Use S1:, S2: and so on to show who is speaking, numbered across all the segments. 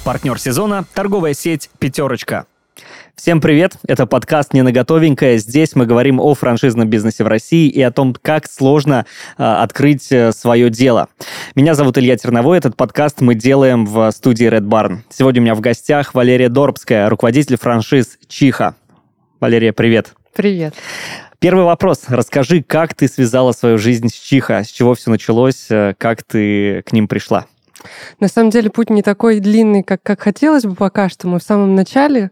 S1: Партнер сезона – торговая сеть «Пятерочка». Всем привет! Это подкаст «Не на готовенькое». Здесь мы говорим о франшизном бизнесе в России и о том, как сложно открыть свое дело. Меня зовут Илья Терновой. Этот подкаст мы делаем в студии Red Barn. Сегодня у меня в гостях Валерия Дорбская, руководитель франшиз «Чиха». Валерия, привет!
S2: Привет!
S1: Первый вопрос. Расскажи, как ты связала свою жизнь с «Чиха? С чего все началось? Как ты к ним пришла?
S2: На самом деле путь не такой длинный, как хотелось бы пока что. Мы в самом начале.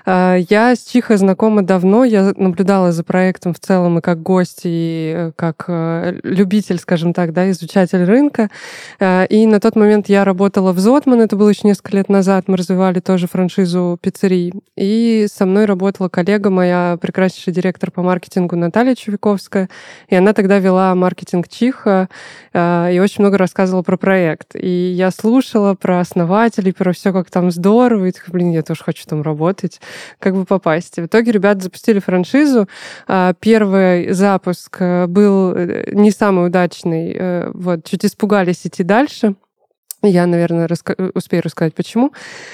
S2: Я с Чиха знакома давно. Я наблюдала за проектом в целом и как гость, и как любитель, скажем так, да, изучатель рынка. И на тот момент я работала в Зотман. Это было еще несколько лет назад. Мы развивали тоже франшизу пиццерий. И со мной работала коллега моя, прекраснейший директор по маркетингу Наталья Чувиковская. И она тогда вела маркетинг Чиха и очень много рассказывала про проект. И я слушала про основателей, про все, как там здорово, и такая, я тоже хочу там работать, как бы попасть. И в итоге ребята запустили франшизу. Первый запуск был не самый удачный, чуть испугались идти дальше. Я, наверное, успею рассказать, почему.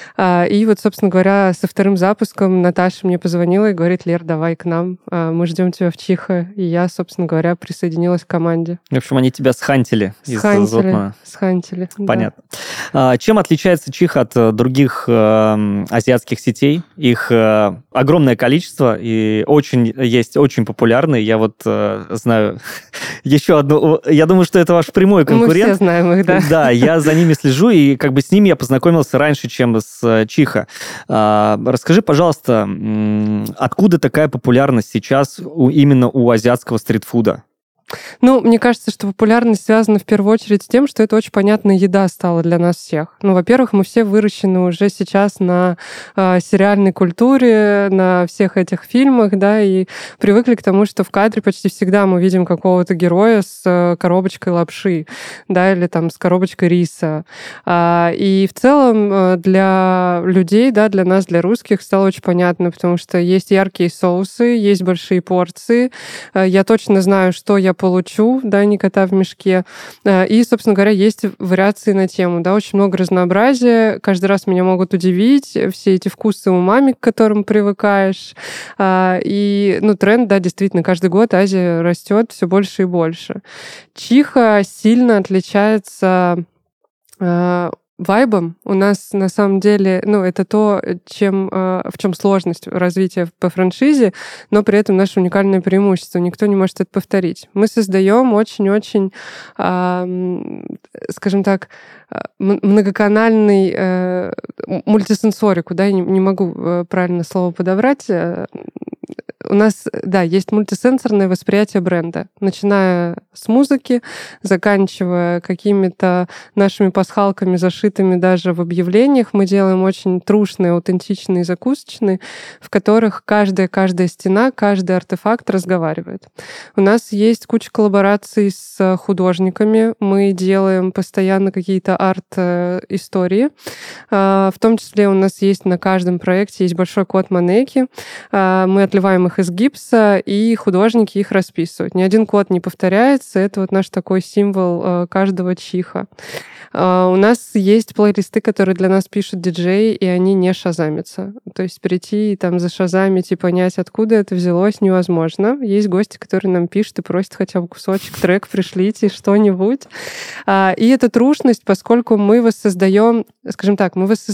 S2: И вот, собственно говоря, со вторым запуском Наташа мне позвонила и говорит: Лер, давай к нам, мы ждем тебя в Чиха. И я, собственно говоря, присоединилась к команде.
S1: В общем, они тебя схантили из Зотмана.
S2: Схантили,
S1: понятно. Да. Чем отличается Чих от других азиатских сетей? Их огромное количество, и есть очень популярные. Я вот знаю еще одну... Я думаю, что это ваш прямой конкурент.
S2: Мы все знаем их, да.
S1: Да, я за ними слежу, и как бы с ними я познакомился раньше, чем с Чиха. Расскажи, пожалуйста, откуда такая популярность сейчас именно у азиатского стритфуда?
S2: Мне кажется, что популярность связана в первую очередь с тем, что это очень понятная еда стала для нас всех. Во-первых, мы все выращены уже сейчас на сериальной культуре, на всех этих фильмах, да, и привыкли к тому, что в кадре почти всегда мы видим какого-то героя с коробочкой лапши, да, или там с коробочкой риса. И в целом для людей, да, для нас, для русских стало очень понятно, потому что есть яркие соусы, есть большие порции. Я точно знаю, что я получу, да, не кота в мешке. И, собственно говоря, есть вариации на тему, да, очень много разнообразия. Каждый раз меня могут удивить все эти вкусы умами, к которым привыкаешь. И, тренд, да, действительно, каждый год Азия растет все больше и больше. Чиха сильно отличается вайбом. У нас на самом деле, это то, в чем сложность развития по франшизе, но при этом наше уникальное преимущество. Никто не может это повторить. Мы создаем очень-очень, скажем так, многоканальный мультисенсорику, да, я не могу правильно слово подобрать. У нас, да, есть мультисенсорное восприятие бренда, начиная с музыки, заканчивая какими-то нашими пасхалками, зашитыми даже в объявлениях. Мы делаем очень трушные, аутентичные, закусочные, в которых каждая стена, каждый артефакт разговаривает. У нас есть куча коллабораций с художниками. Мы делаем постоянно какие-то арт-истории. В том числе у нас есть на каждом проекте есть большой код Манеки. Мы отливаем их из гипса, и художники их расписывают. Ни один код не повторяется. Это вот наш такой символ каждого Чиха. У нас есть плейлисты, которые для нас пишут диджеи, и они не шазамятся. То есть прийти и там зашазамить и понять, откуда это взялось, невозможно. Есть гости, которые нам пишут и просят хотя бы кусочек, трек, пришлите, что-нибудь. И это трушность, поскольку мы воссоздаем, скажем так,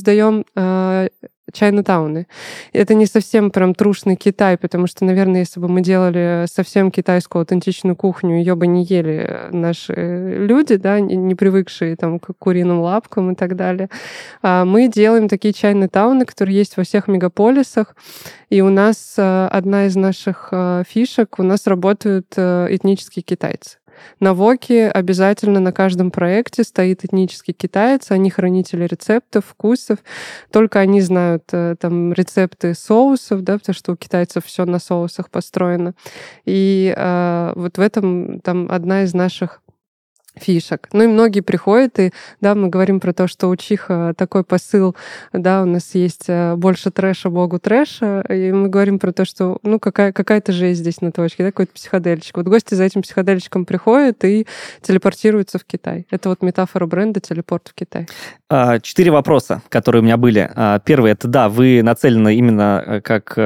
S2: чайнатауны. Это не совсем прям трушный Китай, потому что, наверное, если бы мы делали совсем китайскую аутентичную кухню, ее бы не ели наши люди, да, не привыкшие там к куриным лапкам и так далее. Мы делаем такие чайнатауны, которые есть во всех мегаполисах, и у нас одна из наших фишек, у нас работают этнические китайцы. На Воке обязательно на каждом проекте стоит этнический китаец, они хранители рецептов, вкусов. Только они знают там рецепты соусов, да, потому что у китайцев все на соусах построено. И вот в этом там одна из наших фишек. Ну и многие приходят, и да, мы говорим про то, что у Чиха такой посыл, да, у нас есть больше трэша, богу трэша, и мы говорим про то, что, ну, какая-то жесть здесь на точке, да, какой-то психодельчик. Вот гости за этим психодельчиком приходят и телепортируются в Китай. Это вот метафора бренда «Телепорт в Китай».
S1: 4 вопроса, которые у меня были. Первый — это, да, вы нацелены именно как...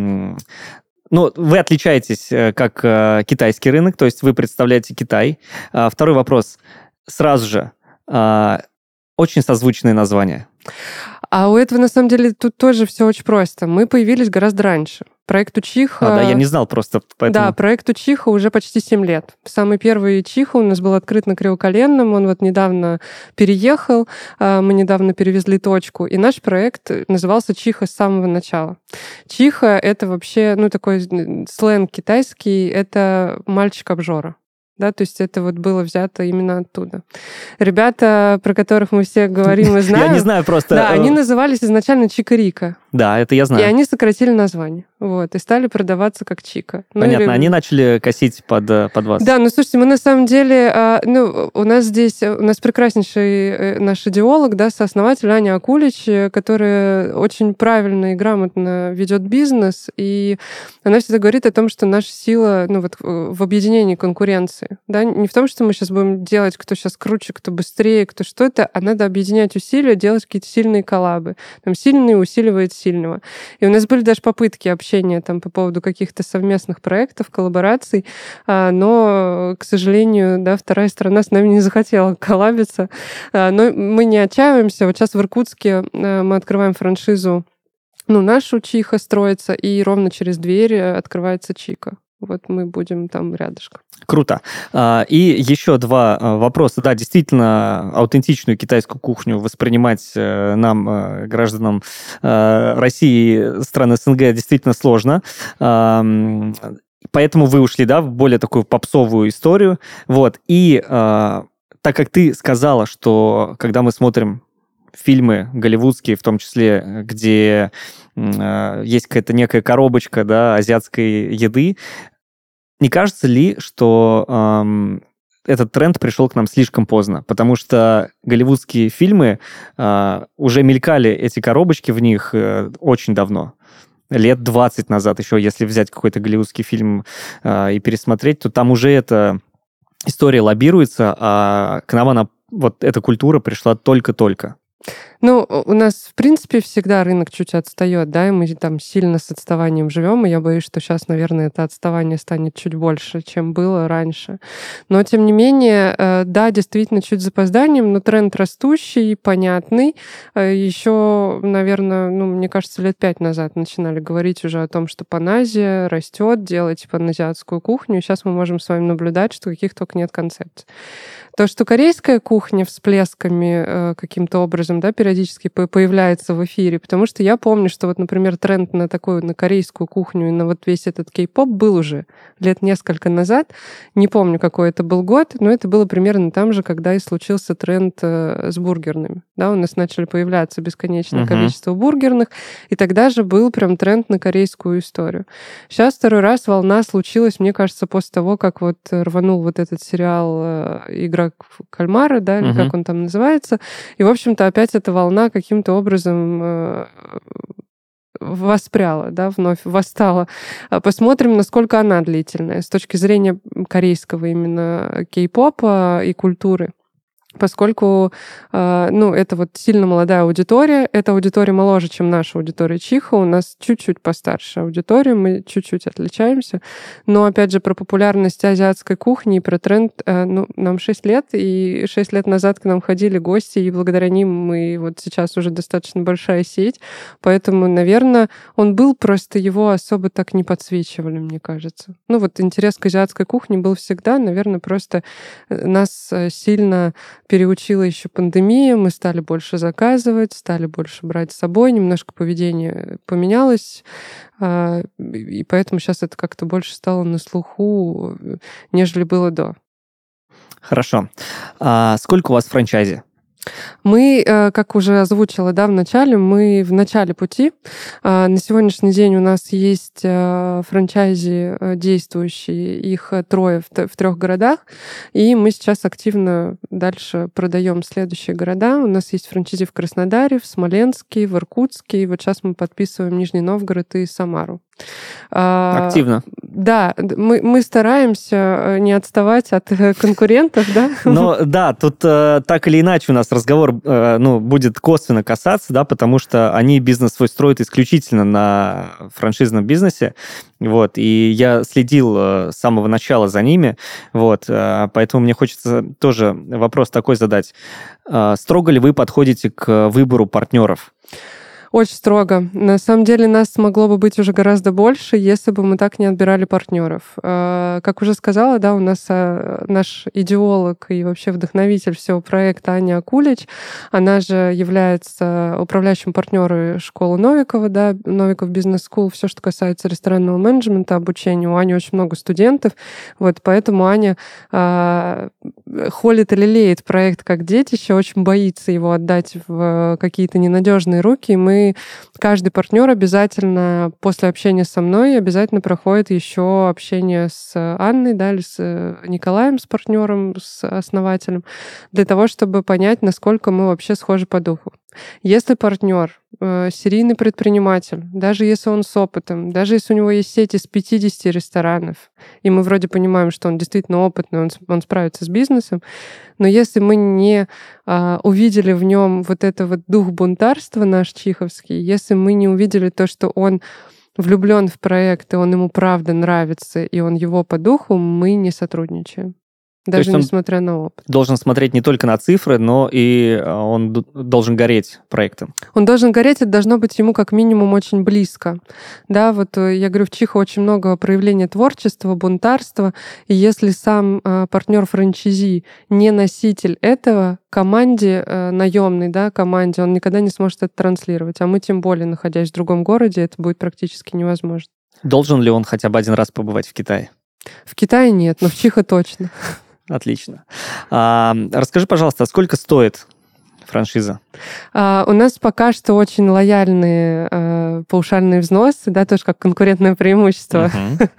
S1: Ну, вы отличаетесь как китайский рынок, то есть вы представляете Китай. Второй вопрос. Сразу же. Очень созвучные названия.
S2: А у этого, на самом деле, тут тоже все очень просто. Мы появились гораздо раньше. Проекту Чиха...
S1: Да, я не знал просто. Поэтому...
S2: Да, проекту Чиха уже почти 7 лет. Самый первый Чиха у нас был открыт на Кривоколенном, он вот недавно переехал, мы недавно перевезли точку, и наш проект назывался Чиха с самого начала. Чиха — это вообще, ну, такой сленг китайский, это мальчик-обжора. Да, то есть это вот было взято именно оттуда. Ребята, про которых мы все говорим и знаем...
S1: Я не знаю просто...
S2: Да, они назывались изначально Чика-Рика.
S1: Да, это я знаю.
S2: И они сократили название. Вот, и стали продаваться как Чика.
S1: Понятно, ну, или... они начали косить под вас.
S2: Да, ну, слушайте, мы на самом деле... Ну, у нас прекраснейший наш идеолог, да, сооснователь Аня Акулич, которая очень правильно и грамотно ведет бизнес, и она всегда говорит о том, что наша сила, ну, вот в объединении конкуренции. Да? Не в том, что мы сейчас будем делать, кто сейчас круче, кто быстрее, кто что-то, а надо объединять усилия, делать какие-то сильные коллабы. Там сильный усиливает сильного. И у нас были даже попытки общения там по поводу каких-то совместных проектов, коллабораций, но, к сожалению, да, вторая сторона с нами не захотела коллабиться. Но мы не отчаиваемся. Вот сейчас в Иркутске мы открываем франшизу, ну, нашу Чиха строится, и ровно через дверь открывается Чика. Вот мы будем там рядышком.
S1: Круто. И еще 2 вопроса. Да, действительно, аутентичную китайскую кухню воспринимать нам, гражданам России, стран СНГ, действительно сложно. Поэтому вы ушли, да, в более такую попсовую историю. Вот. И так как ты сказала, что когда мы смотрим фильмы голливудские, в том числе, где есть какая-то некая коробочка, да, азиатской еды, не кажется ли, что этот тренд пришел к нам слишком поздно? Потому что голливудские фильмы уже мелькали, эти коробочки в них очень давно. Лет 20 назад еще, если взять какой-то голливудский фильм и пересмотреть, то там уже эта история лоббируется, а к нам вот эта культура пришла только-только.
S2: Ну, у нас, в принципе, всегда рынок чуть отстает, да, и мы там сильно с отставанием живем, и я боюсь, что сейчас, наверное, это отставание станет чуть больше, чем было раньше. Но, тем не менее, да, действительно, чуть с запозданием, но тренд растущий, понятный. Еще, наверное, ну, мне кажется, лет 5 назад начинали говорить уже о том, что паназия растет, делать паназиатскую кухню, и сейчас мы можем с вами наблюдать, что каких только нет концепций. То, что корейская кухня всплесками каким-то образом, да, периодически появляется в эфире, потому что я помню, что вот, например, тренд на такую, на корейскую кухню и на вот весь этот кей-поп был уже лет несколько назад. Не помню, какой это был год, но это было примерно там же, когда и случился тренд с бургерными. Да, у нас начали появляться бесконечное количество бургерных, и тогда же был прям тренд на корейскую историю. Сейчас второй раз волна случилась, мне кажется, после того, как вот рванул вот этот сериал «Игра в кальмара», да, или как он там называется. И, в общем-то, опять эта волна каким-то образом воспряла, да, вновь восстала. Посмотрим, насколько она длительная с точки зрения корейского именно кей-попа и культуры. Поскольку, ну, это вот сильно молодая аудитория, эта аудитория моложе, чем наша аудитория Чиха, у нас чуть-чуть постарше аудитория, мы чуть-чуть отличаемся. Но, опять же, про популярность азиатской кухни и про тренд, ну, нам 6 лет, и 6 лет назад к нам ходили гости, и благодаря ним мы вот сейчас уже достаточно большая сеть, поэтому, наверное, он был, просто его особо так не подсвечивали, мне кажется. Ну, вот интерес к азиатской кухне был всегда, наверное, просто нас сильно переучила еще пандемия, мы стали больше заказывать, стали больше брать с собой, немножко поведение поменялось, и поэтому сейчас это как-то больше стало на слуху, нежели было до.
S1: Хорошо. Сколько у вас франчайзи?
S2: Мы, как уже озвучила, да, мы в начале пути. На сегодняшний день у нас есть франчайзи действующие, их 3 в 3 городах, и мы сейчас активно дальше продаем следующие города. У нас есть франчайзи в Краснодаре, в Смоленске, в Иркутске, и вот сейчас мы подписываем Нижний Новгород и Самару.
S1: Активно.
S2: Да, мы стараемся не отставать от конкурентов, да?
S1: Но да, тут так или иначе у нас разговор будет косвенно касаться, да, потому что они бизнес свой строят исключительно на франшизном бизнесе, вот, и я следил с самого начала за ними, вот, поэтому мне хочется тоже вопрос такой задать. Строго ли вы подходите к выбору партнеров?
S2: Очень строго. На самом деле нас могло бы быть уже гораздо больше, если бы мы так не отбирали партнеров. Как уже сказала, да, у нас наш идеолог и вообще вдохновитель всего проекта Аня Акулич, она же является управляющим партнером школы Новикова, да, Новиков Business School, все, что касается ресторанного менеджмента, обучения. У Ани очень много студентов, вот, поэтому Аня холит и лелеет проект как детище, очень боится его отдать в какие-то ненадежные руки, и мы каждый партнер обязательно после общения со мной обязательно проходит еще общение с Анной, да, или с Николаем, с партнером, с основателем, для того, чтобы понять, насколько мы вообще схожи по духу. Если партнер серийный предприниматель, даже если он с опытом, даже если у него есть сеть из 50 ресторанов, и мы вроде понимаем, что он действительно опытный, он справится с бизнесом, но если мы не увидели в нем вот это вот дух бунтарства наш чиховский, если мы не увидели то, что он влюблен в проект, и он ему правда нравится, и он его по духу, мы не сотрудничаем. Даже несмотря на опыт.
S1: Должен смотреть не только на цифры, но и он должен гореть проектом. Он
S2: должен гореть, это должно быть ему как минимум очень близко. Да, вот я говорю, в Чихо очень много проявления творчества, бунтарства, и если сам партнер франчайзи не носитель этого, команде наемной, да, команде, он никогда не сможет это транслировать. А мы тем более, находясь в другом городе, это будет практически невозможно.
S1: Должен ли он хотя бы один раз побывать в Китае?
S2: В Китае нет, но в Чихо точно.
S1: Отлично. Расскажи, пожалуйста, сколько стоит франшиза?
S2: У нас пока что очень лояльные паушальные взносы, да, тоже как конкурентное преимущество.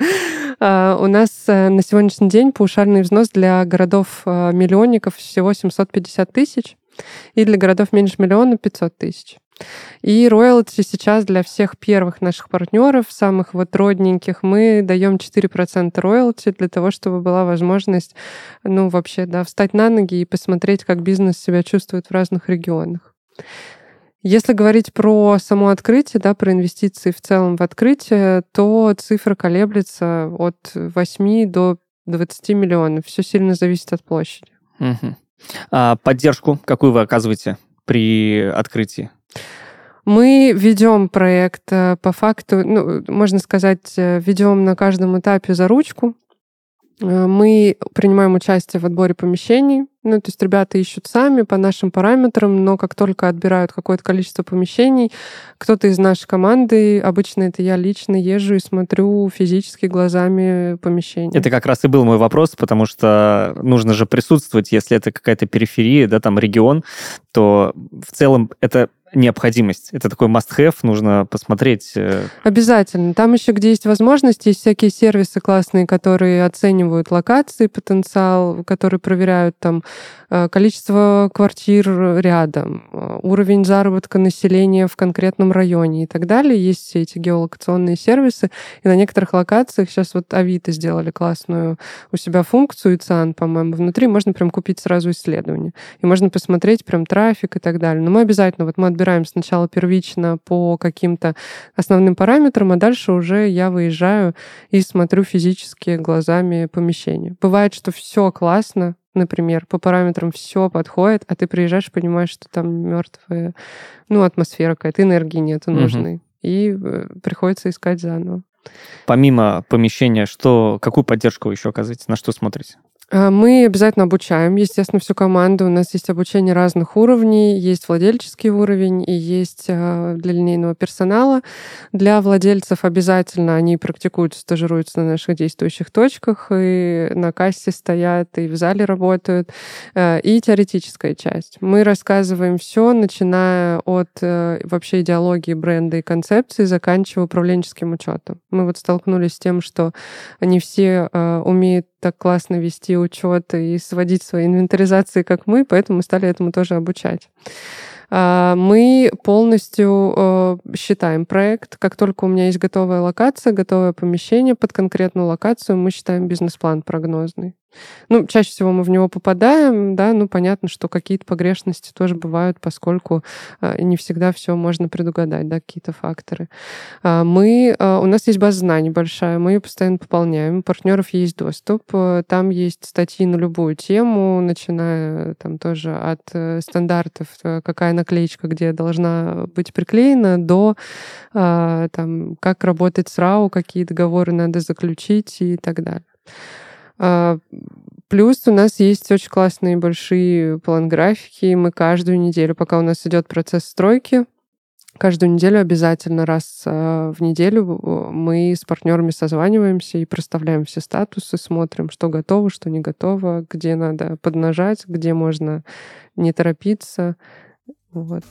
S2: У нас на сегодняшний день паушальный взнос для городов-миллионников всего 750 тысяч, и для городов меньше миллиона 500 тысяч. И роялти сейчас для всех первых наших партнеров, самых вот родненьких, мы даем 4% роялти для того, чтобы была возможность, вообще, да, встать на ноги и посмотреть, как бизнес себя чувствует в разных регионах. Если говорить про само открытие, да, про инвестиции в целом в открытие, то цифра колеблется от 8 до 20 миллионов. Все сильно зависит от площади.
S1: Угу. Поддержку какую вы оказываете при открытии?
S2: Мы ведем проект по факту, можно сказать, ведем на каждом этапе за ручку. Мы принимаем участие в отборе помещений. То есть ребята ищут сами по нашим параметрам, но как только отбирают какое-то количество помещений, кто-то из нашей команды, обычно это я лично езжу и смотрю физически глазами помещения.
S1: Это как раз и был мой вопрос, потому что нужно же присутствовать, если это какая-то периферия, да, там регион, то в целом это необходимость. Это такой must-have, нужно посмотреть.
S2: Обязательно. Там еще, где есть возможности, есть всякие сервисы классные, которые оценивают локации, потенциал, которые проверяют там количество квартир рядом, уровень заработка населения в конкретном районе и так далее. Есть все эти геолокационные сервисы. И на некоторых локациях сейчас вот Авито сделали классную у себя функцию, ИЦАН, по-моему, внутри можно прям купить сразу исследование. И можно посмотреть прям трафик и так далее. Но мы обязательно, мы отбираем сначала первично по каким-то основным параметрам, а дальше уже я выезжаю и смотрю физически глазами помещения. Бывает, что все классно, например, по параметрам все подходит, а ты приезжаешь и понимаешь, что там мертвая, атмосфера какая-то, энергии нету нужной. И приходится искать заново.
S1: Помимо помещения, какую поддержку вы еще оказываете? На что смотрите?
S2: Мы обязательно обучаем, естественно, всю команду. У нас есть обучение разных уровней. Есть владельческий уровень и есть для линейного персонала. Для владельцев обязательно они практикуются, стажируются на наших действующих точках, и на кассе стоят, и в зале работают. И теоретическая часть. Мы рассказываем все, начиная от вообще идеологии бренда и концепции, заканчивая управленческим учетом. Мы вот столкнулись с тем, что не все умеют так классно вести учет и сводить свои инвентаризации, как мы, поэтому мы стали этому тоже обучать. Мы полностью считаем проект. Как только у меня есть готовая локация, готовое помещение под конкретную локацию, мы считаем бизнес-план прогнозный. Чаще всего мы в него попадаем, да, понятно, что какие-то погрешности тоже бывают, поскольку не всегда все можно предугадать, да, какие-то факторы. У нас есть база знаний большая, мы ее постоянно пополняем, у партнеров есть доступ, там есть статьи на любую тему, начиная там тоже от стандартов, какая наклеечка где должна быть приклеена, до там, как работать с РАО, какие договоры надо заключить и так далее. Плюс у нас есть очень классные большие план-графики. Мы каждую неделю, пока у нас идет процесс стройки, каждую неделю обязательно раз в неделю мы с партнерами созваниваемся и проставляем все статусы, смотрим, что готово, что не готово, где надо поднажать, где можно не торопиться. Вот.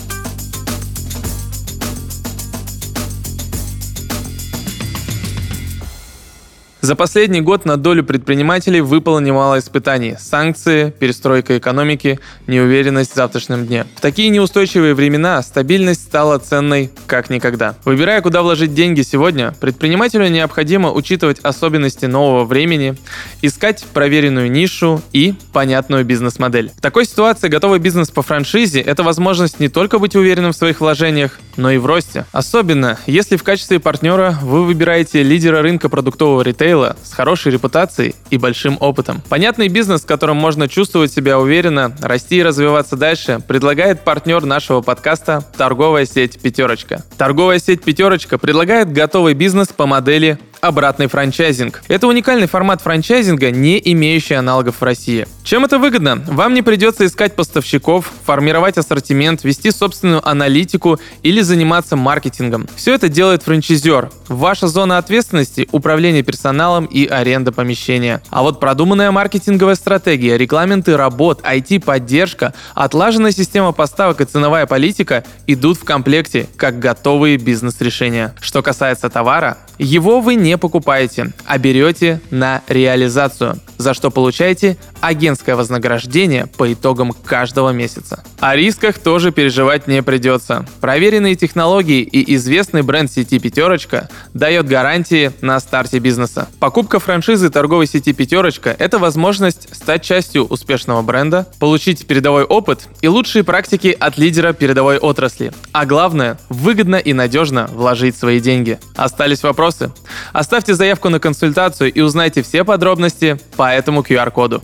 S3: За последний год на долю предпринимателей выпало немало испытаний. Санкции, перестройка экономики, неуверенность в завтрашнем дне. В такие неустойчивые времена стабильность стала ценной как никогда. Выбирая, куда вложить деньги сегодня, предпринимателю необходимо учитывать особенности нового времени, искать проверенную нишу и понятную бизнес-модель. В такой ситуации готовый бизнес по франшизе – это возможность не только быть уверенным в своих вложениях, но и в росте. Особенно, если в качестве партнера вы выбираете лидера рынка продуктового ритейла с хорошей репутацией и большим опытом. Понятный бизнес, в котором можно чувствовать себя уверенно, расти и развиваться дальше, предлагает партнер нашего подкаста «Торговая сеть Пятерочка». Торговая сеть Пятерочка предлагает готовый бизнес по модели обратный франчайзинг. Это уникальный формат франчайзинга, не имеющий аналогов в России. Чем это выгодно? Вам не придется искать поставщиков, формировать ассортимент, вести собственную аналитику или заниматься маркетингом. Все это делает франчайзер. Ваша зона ответственности – управление персоналом и аренда помещения. А вот продуманная маркетинговая стратегия, регламенты работ, IT-поддержка, отлаженная система поставок и ценовая политика идут в комплекте как готовые бизнес-решения. Что касается товара, его вы не покупаете, а берете на реализацию, за что получаете агентское вознаграждение по итогам каждого месяца. О рисках тоже переживать не придется. Проверенные технологии и известный бренд сети «Пятерочка» дает гарантии на старте бизнеса. Покупка франшизы торговой сети «Пятерочка» — это возможность стать частью успешного бренда, получить передовой опыт и лучшие практики от лидера передовой отрасли. А главное — выгодно и надежно вложить свои деньги. Остались вопросы? Оставьте заявку на консультацию и узнайте все подробности по этому QR-коду.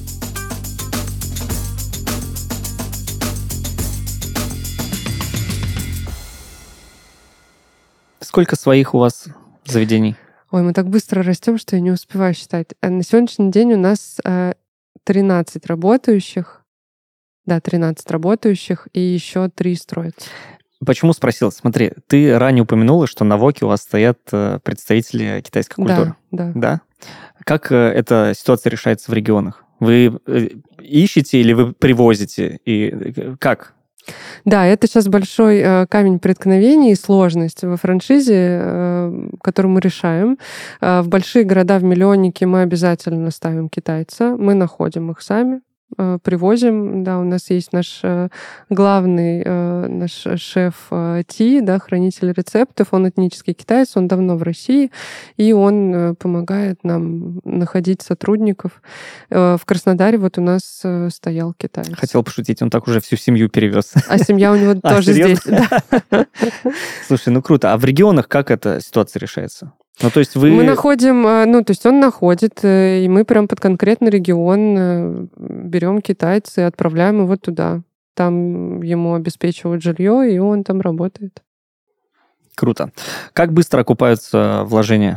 S1: Сколько своих у вас заведений?
S2: Ой, мы так быстро растем, что я не успеваю считать. На сегодняшний день у нас 13 работающих. Да, 13 работающих, и еще 3 строятся.
S1: Почему спросил? Смотри, ты ранее упомянула, что на ВОКе у вас стоят представители китайской культуры.
S2: Да.
S1: Как эта ситуация решается в регионах? Вы ищете или вы привозите? И как?
S2: Да, это сейчас большой камень преткновения и сложность во франшизе, которую мы решаем. В большие города, в миллионники мы обязательно ставим китайца. Мы находим их сами, привозим. Да, у нас есть наш главный, наш шеф Ти, да, хранитель рецептов. Он этнический китаец, он давно в России, и он помогает нам находить сотрудников. В Краснодаре вот у нас стоял китаец.
S1: Хотел пошутить, он так уже всю семью перевез.
S2: А семья у него тоже здесь.
S1: Слушай, круто. А в регионах как эта ситуация решается? То есть
S2: мы находим, то есть он находит, и мы прям под конкретный регион берем китайца и отправляем его туда. Там ему обеспечивают жилье, и он там работает.
S1: Круто. Как быстро окупаются вложения?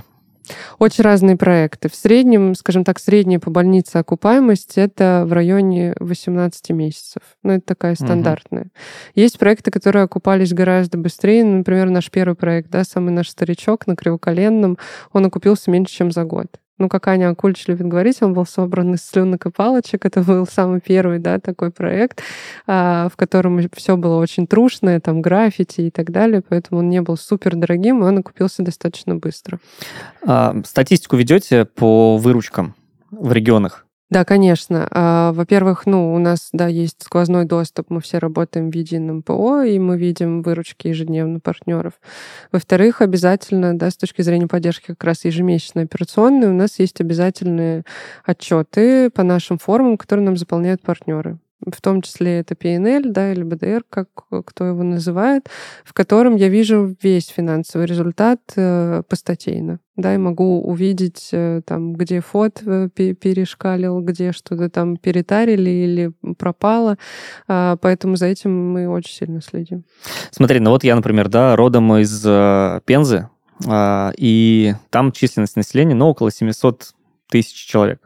S2: Очень разные проекты. В среднем, скажем так, средняя по больнице окупаемость — это в районе 18 месяцев. Ну, это такая стандартная. Есть проекты, которые окупались гораздо быстрее. Например, наш первый проект, да, самый наш старичок на Кривоколенном, он окупился меньше, чем за год. Ну, как Аня Акульч любит говорить, он был собран из слюнок и палочек. Это был самый первый, да, такой проект, в котором все было очень трушное, там граффити и так далее, поэтому он не был супер дорогим, и он окупился достаточно быстро.
S1: Статистику ведете по выручкам в регионах?
S2: Да, конечно. Во-первых, у нас, да, есть сквозной доступ, мы все работаем в едином ПО, и мы видим выручки ежедневно партнеров. Во-вторых, обязательно, да, с точки зрения поддержки как раз ежемесячной операционной, у нас есть обязательные отчеты по нашим формам, которые нам заполняют партнеры. В том числе это P&L, да, или БДР, как кто его называет, в котором я вижу весь финансовый результат постатейно. Да, и могу увидеть, там, где фот перешкалил, где что-то там перетарили или пропало. Поэтому за этим мы очень сильно следим.
S1: Смотри, вот я, например, да, родом из Пензы, и там численность населения, около 700 тысяч человек.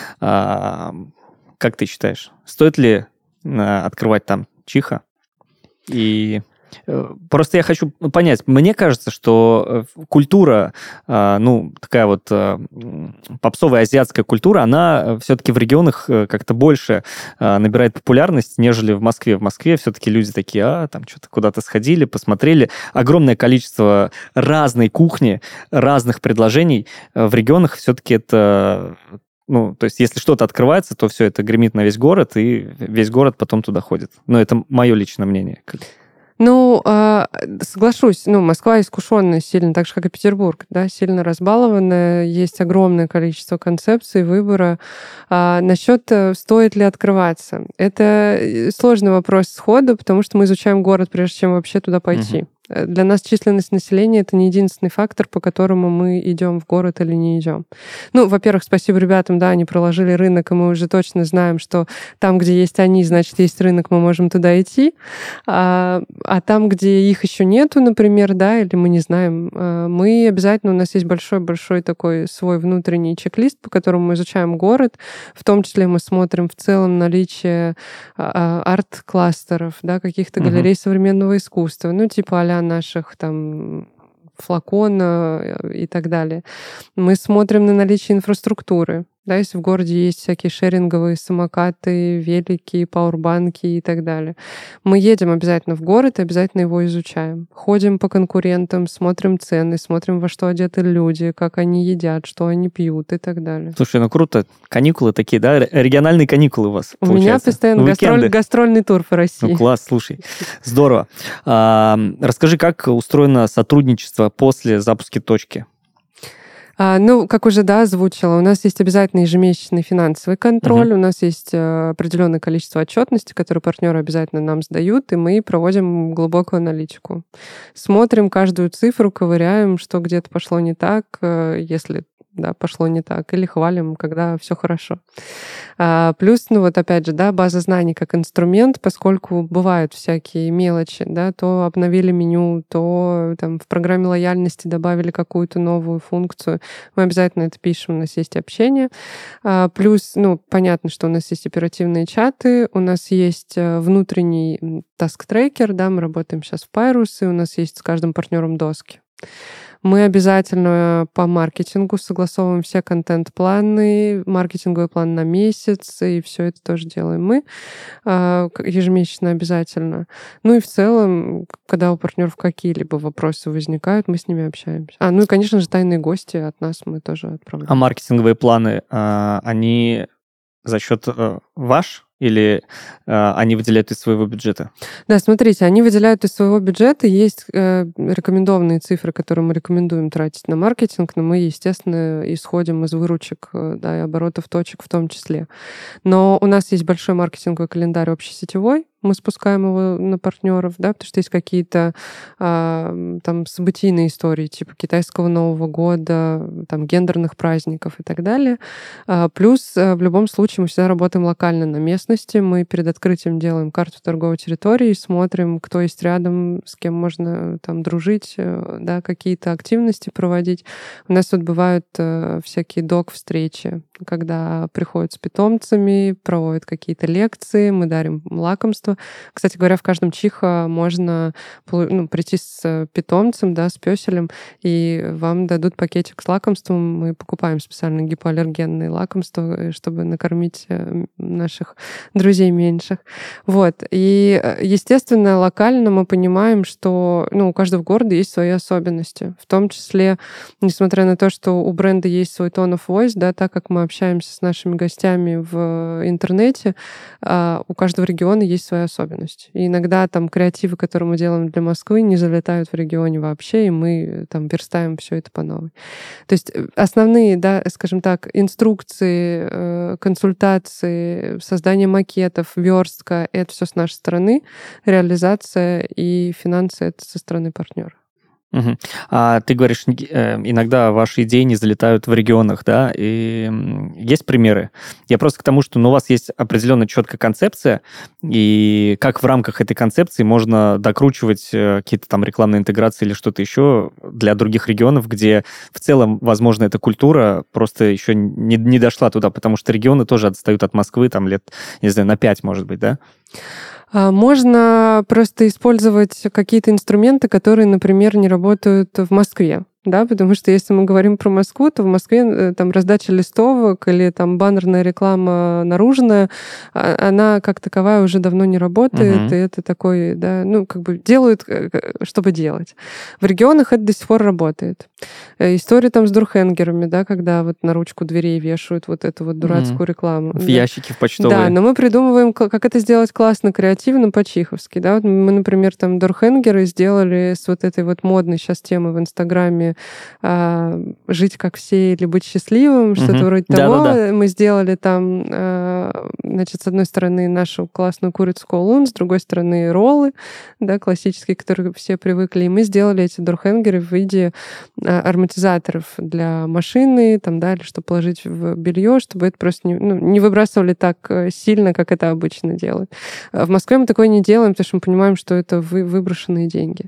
S1: Как ты считаешь, стоит ли открывать там чиха? И просто я хочу понять, мне кажется, что культура, такая вот попсовая азиатская культура, она все-таки в регионах как-то больше набирает популярность, нежели в Москве. В Москве все-таки люди такие, там что-то куда-то сходили, посмотрели. Огромное количество разной кухни, разных предложений. В регионах все-таки это... то есть, если что-то открывается, то все это гремит на весь город, и весь город потом туда ходит. Это мое личное мнение.
S2: Соглашусь, Москва искушенная сильно, так же, как и Петербург, да, сильно разбалованная, есть огромное количество концепций, выбора. Насчет, стоит ли открываться, это сложный вопрос сходу, потому что мы изучаем город, прежде чем вообще туда пойти. Для нас численность населения — это не единственный фактор, по которому мы идем в город или не идем. Во-первых, спасибо ребятам, да, они проложили рынок, и мы уже точно знаем, что там, где есть они, значит, есть рынок, мы можем туда идти. А там, где их еще нету, например, да, или мы не знаем, мы обязательно, у нас есть большой-большой такой свой внутренний чек-лист, по которому мы изучаем город, в том числе мы смотрим в целом наличие арт-кластеров, да, каких-то галерей современного искусства, типа а-ля наших там Флакона и так далее. Мы смотрим на наличие инфраструктуры. Да, если в городе есть всякие шеринговые самокаты, велики, пауэрбанки и так далее. Мы едем обязательно в город и обязательно его изучаем. Ходим по конкурентам, смотрим цены, смотрим, во что одеты люди, как они едят, что они пьют и так далее.
S1: Слушай, круто. Каникулы такие, да? Региональные каникулы у вас,
S2: У меня постоянно гастрольный тур по России.
S1: Класс, слушай. Здорово. Расскажи, как устроено сотрудничество после запуска точки?
S2: Как уже, да, озвучила, у нас есть обязательно ежемесячный финансовый контроль, у нас есть определенное количество отчетности, которые партнеры обязательно нам сдают, и мы проводим глубокую аналитику. Смотрим каждую цифру, ковыряем, что где-то пошло не так, если да, пошло не так, или хвалим, когда все хорошо. Плюс, опять же, да, база знаний как инструмент, поскольку бывают всякие мелочи, да, то обновили меню, то там в программе лояльности добавили какую-то новую функцию, мы обязательно это пишем, у нас есть общение. Плюс, понятно, что у нас есть оперативные чаты, у нас есть внутренний таск-трекер, да, мы работаем сейчас в Pyrus, и у нас есть с каждым партнером доски. Мы обязательно по маркетингу согласовываем все контент-планы, маркетинговый план на месяц, и все это тоже делаем мы ежемесячно обязательно. И в целом, когда у партнеров какие-либо вопросы возникают, мы с ними общаемся. И, конечно же, тайные гости от нас мы тоже отправляем.
S1: А маркетинговые планы, они за счет ваш? Или они выделяют из своего бюджета? Да,
S2: смотрите, они выделяют из своего бюджета. Есть рекомендованные цифры, которые мы рекомендуем тратить на маркетинг, но мы, естественно, исходим из выручек, да, и оборотов точек в том числе. Но у нас есть большой маркетинговый календарь общесетевой. мы спускаем его на партнеров, да, потому что есть какие-то там событийные истории, типа китайского Нового года, там гендерных праздников и так далее. Плюс в любом случае мы всегда работаем локально на местности. Мы перед открытием делаем карту торговой территории, смотрим, кто есть рядом, с кем можно там дружить, да, какие-то активности проводить. У нас вот бывают всякие док-встречи, когда приходят с питомцами, проводят какие-то лекции, мы дарим лакомство. Кстати говоря, в каждом чиха можно прийти с питомцем, да, с пёселем, и вам дадут пакетик с лакомством. Мы покупаем специально гипоаллергенные лакомства, чтобы накормить наших друзей меньших. Вот. И, естественно, локально мы понимаем, что у каждого города есть свои особенности. В том числе, несмотря на то, что у бренда есть свой tone of voice, да, так как мы общаемся с нашими гостями в интернете, у каждого региона есть своя особенность. И иногда там креативы, которые мы делаем для Москвы, не залетают в регионе вообще, и мы там верстаем все это по новой. То есть основные, да, скажем так, инструкции, консультации, создание макетов, верстка — это все с нашей стороны, реализация и финансы — это со стороны партнера.
S1: Угу. А ты говоришь, иногда ваши идеи не залетают в регионах, да? И есть примеры? Я просто к тому, что у вас есть определенная четкая концепция, и как в рамках этой концепции можно докручивать какие-то там рекламные интеграции или что-то еще для других регионов, где в целом, возможно, эта культура просто еще не дошла туда, потому что регионы тоже отстают от Москвы там лет, не знаю, на 5, может быть, да?
S2: Можно просто использовать какие-то инструменты, которые, например, не работают в Москве. Да, потому что если мы говорим про Москву, то в Москве там раздача листовок или там баннерная реклама наружная, она как таковая уже давно не работает, и это такой, да, делают, чтобы делать. В регионах это до сих пор работает. История там с дурхенгерами, да, когда вот на ручку дверей вешают вот эту вот дурацкую рекламу.
S1: В ящики, в почтовые.
S2: Да, но мы придумываем, как это сделать классно, креативно, по-чиховски. Да? Вот мы, например, там дурхенгеры сделали с вот этой вот модной сейчас темы в Инстаграме «Жить как все» или «Быть счастливым», что-то вроде того. Да. Мы сделали там, значит, с одной стороны нашу классную курицу Коулун, с другой стороны роллы, да, классические, к которым все привыкли. И мы сделали эти дурхенгеры в виде ароматизаторов для машины, там, да, или чтобы положить в белье, чтобы это просто не выбрасывали так сильно, как это обычно делают. В Москве мы такое не делаем, потому что мы понимаем, что это выброшенные деньги.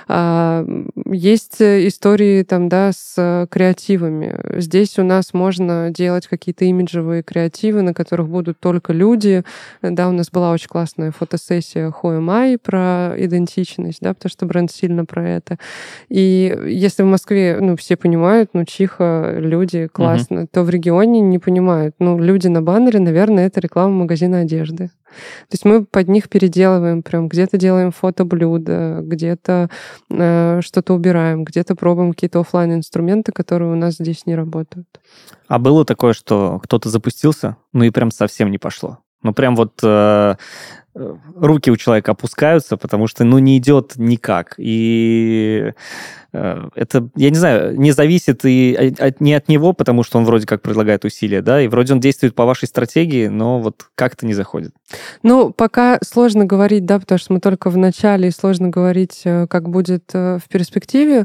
S2: Есть истории там, да, с креативами. Здесь у нас можно делать какие-то имиджевые креативы, на которых будут только люди. Да, у нас была очень классная фотосессия Who Am I про идентичность, да, потому что бренд сильно про это. И если в Москве, все понимают, чиха, люди, классно, то в регионе не понимают. Люди на баннере, наверное, это реклама магазина одежды. То есть мы под них переделываем прям, где-то делаем фотоблюда, где-то что-то убираем, где-то пробуем какие-то офлайн-инструменты, которые у нас здесь не работают.
S1: А было такое, что кто-то запустился, и прям совсем не пошло? Прям вот руки у человека опускаются, потому что, не идет никак. И это, я не знаю, не зависит и не от него, потому что он вроде как предлагает усилия, да, и вроде он действует по вашей стратегии, но вот как-то не заходит.
S2: Пока сложно говорить, да, потому что мы только в начале, и сложно говорить, как будет в перспективе.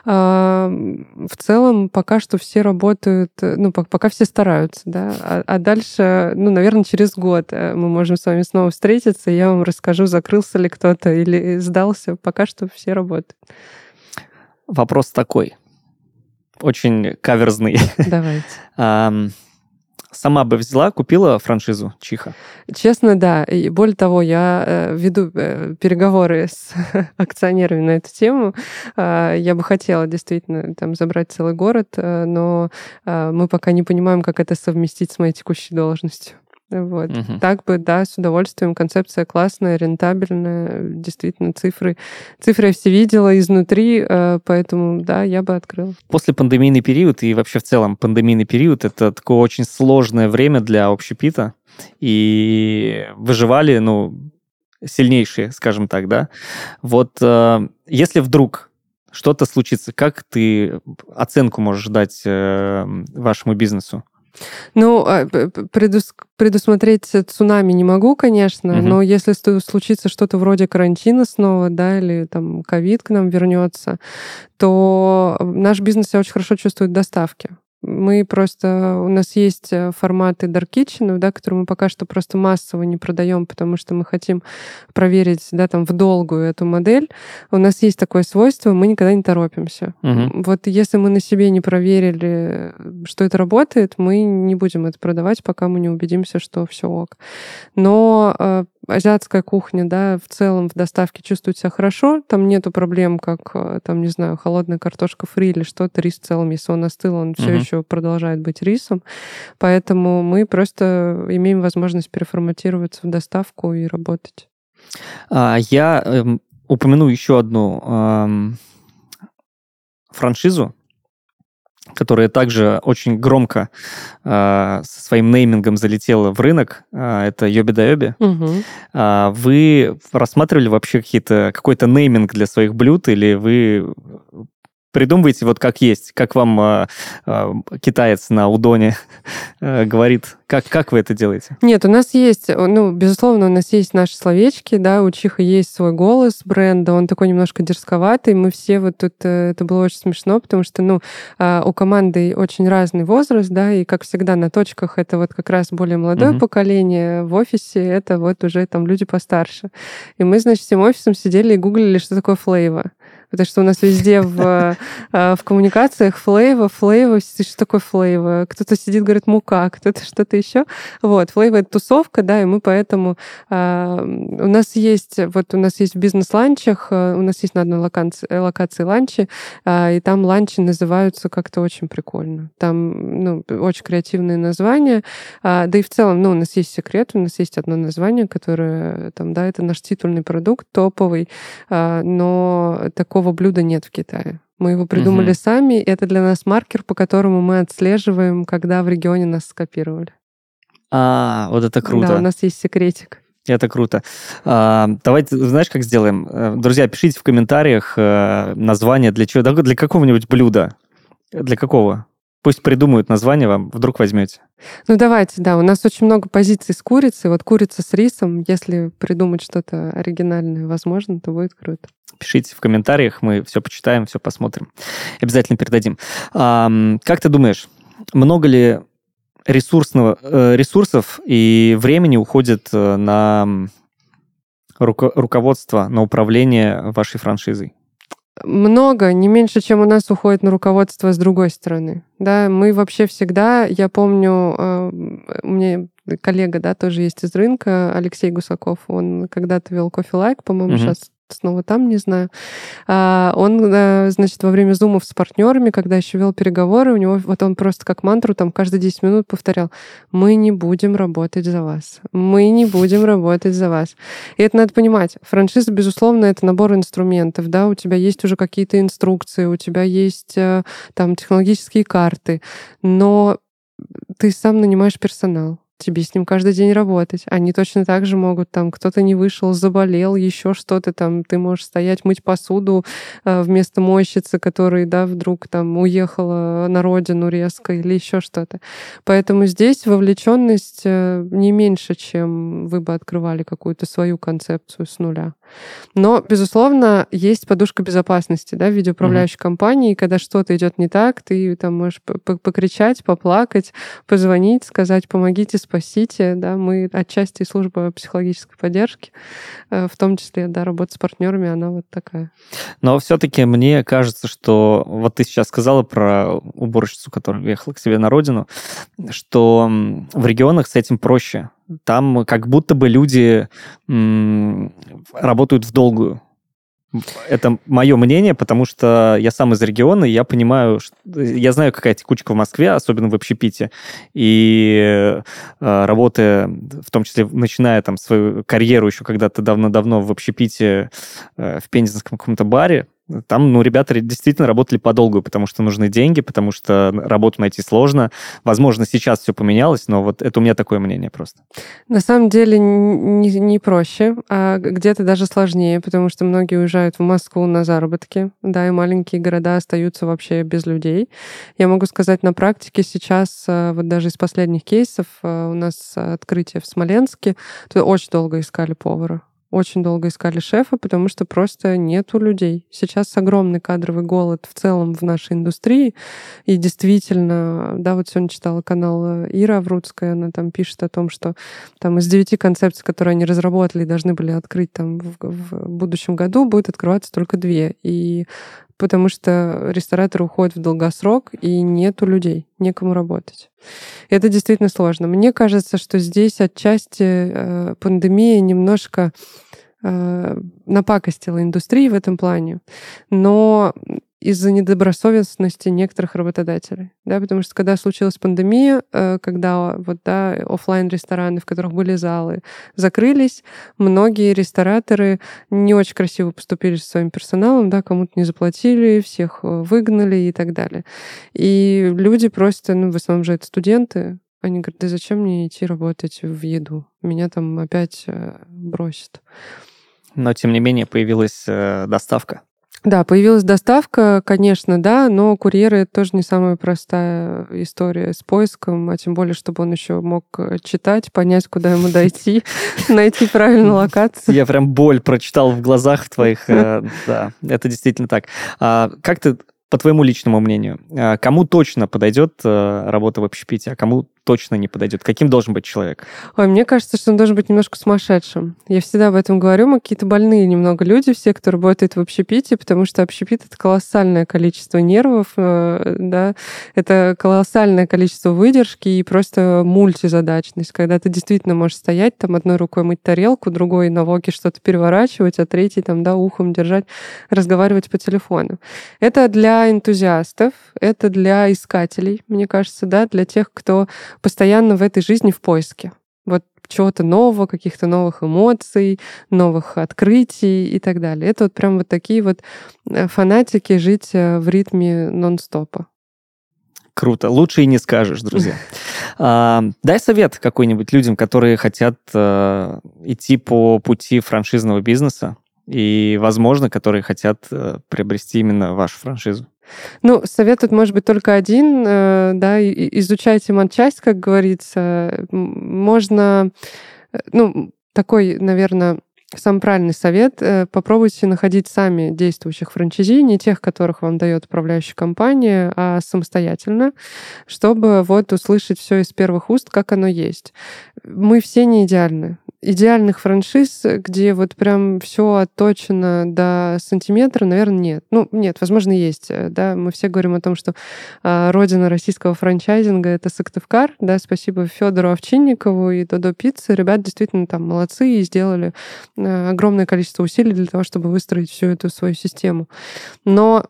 S2: В целом, пока что все работают, пока все стараются, да, а дальше, наверное, через год мы можем с вами снова встретиться, и я вам расскажу, закрылся ли кто-то или сдался. Пока что все работают.
S1: Вопрос такой, очень каверзный.
S2: Давайте.
S1: Сама бы взяла, купила франшизу чиха?
S2: Честно, да. И более того, я веду переговоры с акционерами на эту тему. Я бы хотела действительно там забрать целый город, но мы пока не понимаем, как это совместить с моей текущей должностью. Вот. Так бы, да, с удовольствием. Концепция классная, рентабельная. Действительно, цифры я все видела изнутри, поэтому, да, я бы открыла.
S1: После пандемийный период и вообще в целом пандемийный период — это такое очень сложное время для общепита. И выживали, сильнейшие, скажем так, да. Вот если вдруг что-то случится, как ты оценку можешь дать вашему бизнесу?
S2: Ну, предусмотреть цунами не могу, конечно, но если случится что-то вроде карантина снова, да, или там ковид к нам вернется, то наш бизнес себя очень хорошо чувствует в доставке. У нас есть форматы dark kitchen, да, которые мы пока что просто массово не продаем, потому что мы хотим проверить, да, там в долгую эту модель. У нас есть такое свойство, мы никогда не торопимся. Вот если мы на себе не проверили, что это работает, мы не будем это продавать, пока мы не убедимся, что все ок. Но азиатская кухня, да, в целом в доставке чувствует себя хорошо, там нету проблем, как, там, не знаю, холодная картошка фри или что-то, рис в целом, если он остыл, он все еще продолжает быть рисом, поэтому мы просто имеем возможность переформатироваться в доставку и работать.
S1: Я упомяну еще одну франшизу, которая также очень громко со своим неймингом залетела в рынок. Это Йоби да Йоби. Вы рассматривали вообще какой-то нейминг для своих блюд, или вы придумываете вот как есть? Как вам китаец на удоне говорит? Как вы это делаете?
S2: Нет, у нас есть, безусловно, у нас есть наши словечки, да, у Чиха есть свой голос бренда, он такой немножко дерзковатый, мы все вот тут, это было очень смешно, потому что, у команды очень разный возраст, да, и, как всегда, на точках это вот как раз более молодое поколение, в офисе это вот уже там люди постарше. И мы, значит, всем офисом сидели и гуглили, что такое флейва. Потому что у нас везде в коммуникациях флейва, что такое флейва? Кто-то сидит, говорит, мука, кто-то что-то еще. Вот, флейва — это тусовка, да, и мы поэтому... у нас есть в бизнес-ланчах, у нас есть на одной локации ланчи, и там ланчи называются как-то очень прикольно. Там, очень креативные названия. Да и в целом, у нас есть секрет, у нас есть одно название, которое там, да, это наш титульный продукт, топовый, но такого блюда нет в Китае. Мы его придумали сами. Это для нас маркер, по которому мы отслеживаем, когда в регионе нас скопировали.
S1: Вот это круто.
S2: Да, у нас есть секретик.
S1: Это круто. Давайте, знаешь, как сделаем? Друзья, пишите в комментариях название для чего, для какого-нибудь блюда. Для какого? Пусть придумают название вам, вдруг возьмете.
S2: Давайте, да. У нас очень много позиций с курицей. Вот курица с рисом. Если придумать что-то оригинальное, возможно, то будет круто.
S1: Пишите в комментариях, мы все почитаем, все посмотрим. Обязательно передадим. Как ты думаешь, много ли ресурсов и времени уходит на руководство, на управление вашей франшизой?
S2: Много, не меньше, чем у нас уходит на руководство с другой стороны. Да, мы вообще всегда, я помню, у меня коллега, да, тоже есть из рынка, Алексей Гусаков, он когда-то вел Coffee Like, по-моему, сейчас снова там, не знаю. Он, значит, во время зумов с партнерами, когда еще вел переговоры, у него вот он просто как мантру там каждые 10 минут повторял: мы не будем работать за вас. Мы не будем работать за вас. И это надо понимать. Франшиза, безусловно, это набор инструментов, да, у тебя есть уже какие-то инструкции, у тебя есть там технологические карты, но ты сам нанимаешь персонал. Тебе с ним каждый день работать. Они точно так же могут, там, кто-то не вышел, заболел, еще что-то там. Ты можешь стоять, мыть посуду вместо мойщицы, которая, да, вдруг там уехала на родину резко или еще что-то. Поэтому здесь вовлеченность не меньше, чем вы бы открывали какую-то свою концепцию с нуля. Но, безусловно, есть подушка безопасности, да, в виде управляющей компании. И когда что-то идет не так, ты там можешь покричать, поплакать, позвонить, сказать: помогите, спасите. Да, мы отчасти служба психологической поддержки, в том числе, да, работа с партнерами, она вот такая.
S1: Но все-таки мне кажется, что вот ты сейчас сказала про уборщицу, которая уехала к себе на родину, что в регионах с этим проще. Там как будто бы люди работают в долгую. Это мое мнение, потому что я сам из региона, и я понимаю, я знаю, какая текучка в Москве, особенно в общепите, и работая, в том числе начиная там свою карьеру еще когда-то давно-давно в общепите в пензенском каком-то баре, Там, ребята действительно работали подолгу, потому что нужны деньги, потому что работу найти сложно. Возможно, сейчас все поменялось, но вот это у меня такое мнение просто.
S2: На самом деле не проще, а где-то даже сложнее, потому что многие уезжают в Москву на заработки, да, и маленькие города остаются вообще без людей. Я могу сказать, на практике сейчас, вот даже из последних кейсов, у нас открытие в Смоленске, то очень долго искали повара. Очень долго искали шефа, потому что просто нету людей. Сейчас огромный кадровый голод в целом в нашей индустрии. И действительно, да, вот сегодня читала канал Ира Аврудская, она там пишет о том, что там из 9 концепций, которые они разработали и должны были открыть там в будущем году, будет открываться только 2. И потому что рестораторы уходят в долгосрок, и нету людей, некому работать. Это действительно сложно. Мне кажется, что здесь отчасти пандемия немножко напакостила индустрии в этом плане, но из-за недобросовестности некоторых работодателей. Да, потому что когда случилась пандемия, когда вот, да, офлайн-рестораны, в которых были залы, закрылись, многие рестораторы не очень красиво поступили со своим персоналом, да, кому-то не заплатили, всех выгнали и так далее. И люди просто, в основном же это студенты, они говорят, да зачем мне идти работать в еду? Меня там опять бросят.
S1: Но, тем не менее, появилась доставка.
S2: Да, появилась доставка, конечно, да, но курьеры — это тоже не самая простая история с поиском, а тем более, чтобы он еще мог читать, понять, куда ему дойти, найти правильную локацию.
S1: Я прям боль прочитал в глазах твоих. Да, это действительно так. Как ты, по твоему личному мнению, кому точно подойдет работа в общепите, а кому точно не подойдет? Каким должен быть человек?
S2: Ой, мне кажется, что он должен быть немножко сумасшедшим. Я всегда об этом говорю. Мы какие-то больные немного люди, все, кто работает в общепите, потому что общепит — это колоссальное количество нервов, да, это колоссальное количество выдержки и просто мультизадачность, когда ты действительно можешь стоять там одной рукой мыть тарелку, другой на воке что-то переворачивать, а третий там, да, ухом держать, разговаривать по телефону. Это для энтузиастов, это для искателей, мне кажется, да, для тех, кто постоянно в этой жизни в поиске. Вот чего-то нового, каких-то новых эмоций, новых открытий и так далее. Это вот прям вот такие вот фанатики жить в ритме нон-стопа.
S1: Круто. Лучше и не скажешь, друзья. Дай совет какой-нибудь людям, которые хотят идти по пути франшизного бизнеса и, возможно, которые хотят приобрести именно вашу франшизу.
S2: Совет тут может быть только один, да, изучайте матчасть, как говорится. Можно, такой, наверное, самый правильный совет, попробуйте находить сами действующих франчайзи, не тех, которых вам дает управляющая компания, а самостоятельно, чтобы вот услышать все из первых уст, как оно есть. Мы все не идеальны. Идеальных франшиз, где вот прям все отточено до сантиметра, наверное, нет. Нет, возможно, есть. Да? Мы все говорим о том, что родина российского франчайзинга — это Сыктывкар. Да? Спасибо Федору Овчинникову и Додо Пицце. Ребята действительно там молодцы и сделали огромное количество усилий для того, чтобы выстроить всю эту свою систему. Но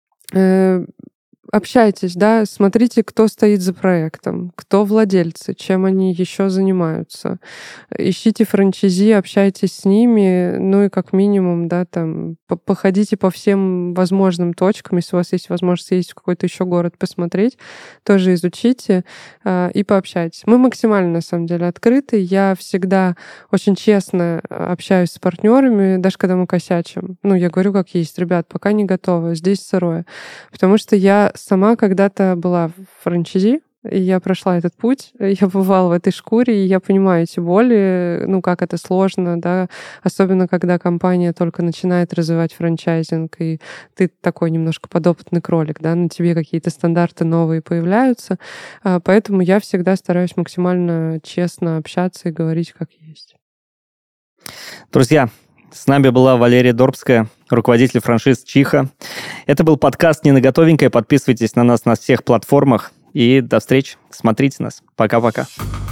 S2: общайтесь, да, смотрите, кто стоит за проектом, кто владельцы, чем они еще занимаются. Ищите франчайзи, общайтесь с ними, и как минимум, да, там, походите по всем возможным точкам, если у вас есть возможность съездить в какой-то еще город, посмотреть, тоже изучите и пообщайтесь. Мы максимально, на самом деле, открыты. Я всегда очень честно общаюсь с партнерами, даже когда мы косячим. Я говорю, как есть, ребят, пока не готово, здесь сырое. Потому что я сама когда-то была в франчайзи, и я прошла этот путь, я бывала в этой шкуре, и я понимаю эти боли, как это сложно, да, особенно когда компания только начинает развивать франчайзинг, и ты такой немножко подопытный кролик, да, на тебе какие-то стандарты новые появляются, поэтому я всегда стараюсь максимально честно общаться и говорить как есть.
S1: Друзья, с нами была Валерия Дорбская, руководитель франшиз Чиха. Это был подкаст «Не на готовенькое». Подписывайтесь на нас на всех платформах. И до встречи. Смотрите нас. Пока-пока.